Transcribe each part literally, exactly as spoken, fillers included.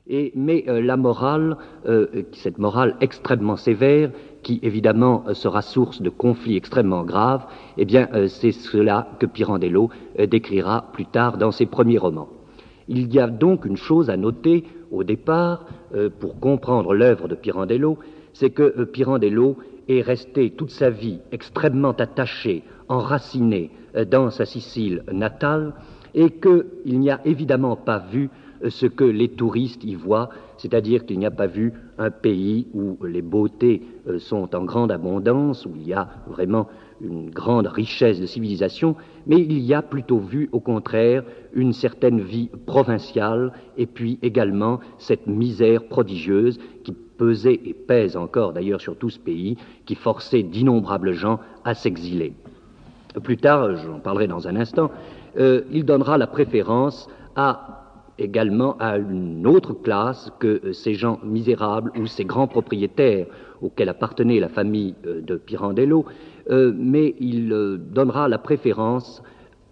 Et, mais euh, la morale, euh, cette morale extrêmement sévère, qui évidemment euh, sera source de conflits extrêmement graves, eh bien euh, c'est cela que Pirandello euh, décrira plus tard dans ses premiers romans. Il y a donc une chose à noter au départ, euh, pour comprendre l'œuvre de Pirandello, c'est que euh, Pirandello est resté toute sa vie extrêmement attaché, enraciné euh, dans sa Sicile natale, et qu'il n'y a évidemment pas vu ce que les touristes y voient, c'est-à-dire qu'il n'y a pas vu un pays où les beautés sont en grande abondance, où il y a vraiment une grande richesse de civilisation, mais il y a plutôt vu, au contraire, une certaine vie provinciale et puis également cette misère prodigieuse qui pesait et pèse encore d'ailleurs sur tout ce pays, qui forçait d'innombrables gens à s'exiler. Plus tard, j'en parlerai dans un instant, euh, il donnera la préférence à également à une autre classe que ces gens misérables ou ces grands propriétaires auxquels appartenait la famille euh, de Pirandello, euh, mais il euh, donnera la préférence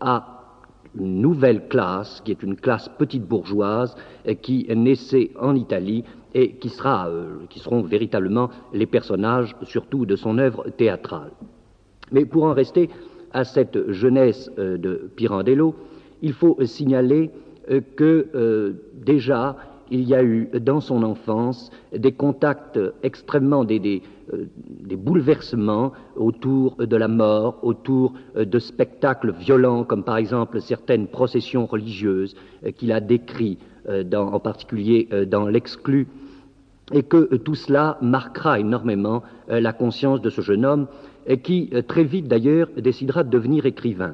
à une nouvelle classe, qui est une classe petite bourgeoise, euh, qui naissait en Italie et qui, sera, euh, qui seront véritablement les personnages, surtout de son œuvre théâtrale. Mais pour en rester à cette jeunesse euh, de Pirandello, il faut euh, signaler euh, que euh, déjà il y a eu dans son enfance des contacts extrêmement, des, des, euh, des bouleversements autour de la mort, autour euh, de spectacles violents, comme par exemple certaines processions religieuses euh, qu'il a décrits, euh, dans, en particulier euh, dans l'Exclu, et que euh, tout cela marquera énormément euh, la conscience de ce jeune homme, euh, qui euh, très vite d'ailleurs décidera de devenir écrivain.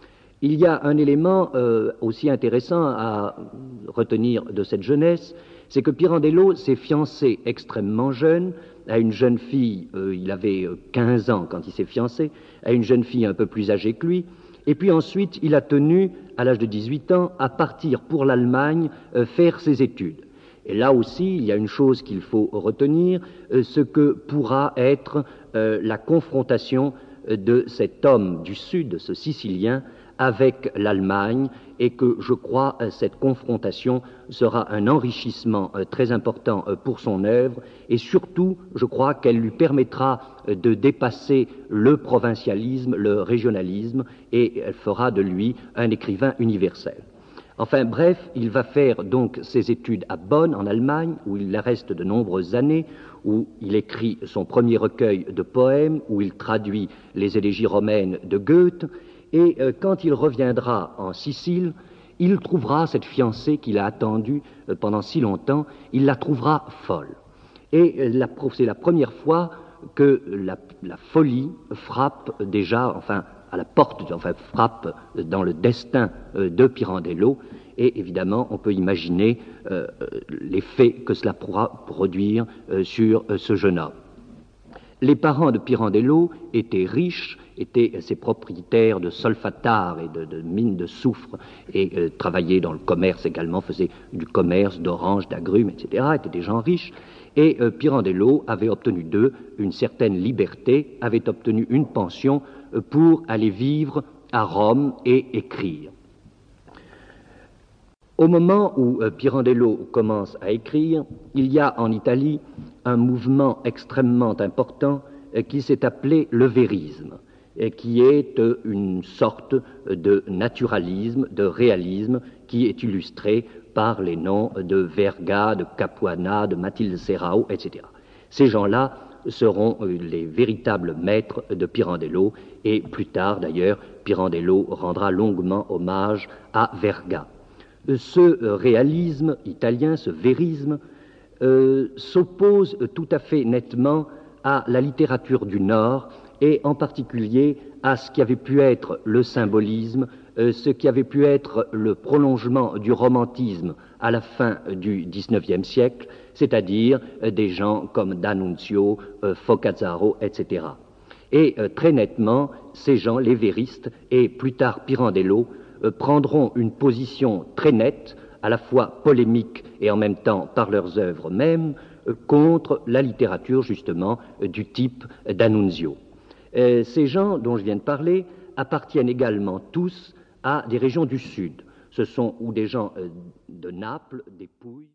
Il y a un élément euh, aussi intéressant à retenir de cette jeunesse, c'est que Pirandello s'est fiancé extrêmement jeune à une jeune fille, euh, il avait quinze ans quand il s'est fiancé, à une jeune fille un peu plus âgée que lui, et puis ensuite il a tenu, à l'âge de dix-huit ans, à partir pour l'Allemagne euh, faire ses études. Et là aussi, il y a une chose qu'il faut retenir, euh, ce que pourra être euh, la confrontation de cet homme du Sud, ce Sicilien, avec l'Allemagne, et que je crois cette confrontation sera un enrichissement très important pour son œuvre, et surtout je crois qu'elle lui permettra de dépasser le provincialisme, le régionalisme, et elle fera de lui un écrivain universel. Enfin bref, il va faire donc ses études à Bonn, en Allemagne, où il reste de nombreuses années, où il écrit son premier recueil de poèmes, où il traduit les élégies romaines de Goethe, et euh, quand il reviendra en Sicile, il trouvera cette fiancée qu'il a attendue euh, pendant si longtemps, il la trouvera folle. Et euh, c'est la première fois que la, la folie frappe déjà, enfin, à la porte, enfin, frappe dans le destin euh, de Pirandello, et évidemment, on peut imaginer euh, l'effet que cela pourra produire euh, sur euh, ce jeune homme. Les parents de Pirandello étaient riches, étaient ces propriétaires de solfatare et de, de mines de soufre, et euh, travaillaient dans le commerce également, faisaient du commerce d'oranges, d'agrumes, et cetera, étaient des gens riches. Et euh, Pirandello avait obtenu d'eux une certaine liberté, avait obtenu une pension euh, pour aller vivre à Rome et écrire. Au moment où euh, Pirandello commence à écrire, il y a en Italie un mouvement extrêmement important euh, qui s'est appelé le vérisme, et qui est euh, une sorte de naturalisme, de réalisme, qui est illustré par les noms de Verga, de Capuana, de Matilde Serrao, et cetera. Ces gens-là seront euh, les véritables maîtres de Pirandello, et plus tard d'ailleurs, Pirandello rendra longuement hommage à Verga. Ce réalisme italien, ce vérisme, euh, s'oppose tout à fait nettement à la littérature du Nord, et en particulier à ce qui avait pu être le symbolisme, euh, ce qui avait pu être le prolongement du romantisme à la fin du dix-neuvième siècle, c'est-à-dire euh, des gens comme D'Annunzio, euh, Focazzaro, et cetera. Et euh, très nettement, ces gens, les véristes, et plus tard Pirandello, euh, prendront une position très nette, à la fois polémique et en même temps par leurs œuvres mêmes, euh, contre la littérature justement euh, du type d'Annunzio. Euh, ces gens dont je viens de parler appartiennent également tous à des régions du Sud. Ce sont ou des gens euh, de Naples, des Pouilles.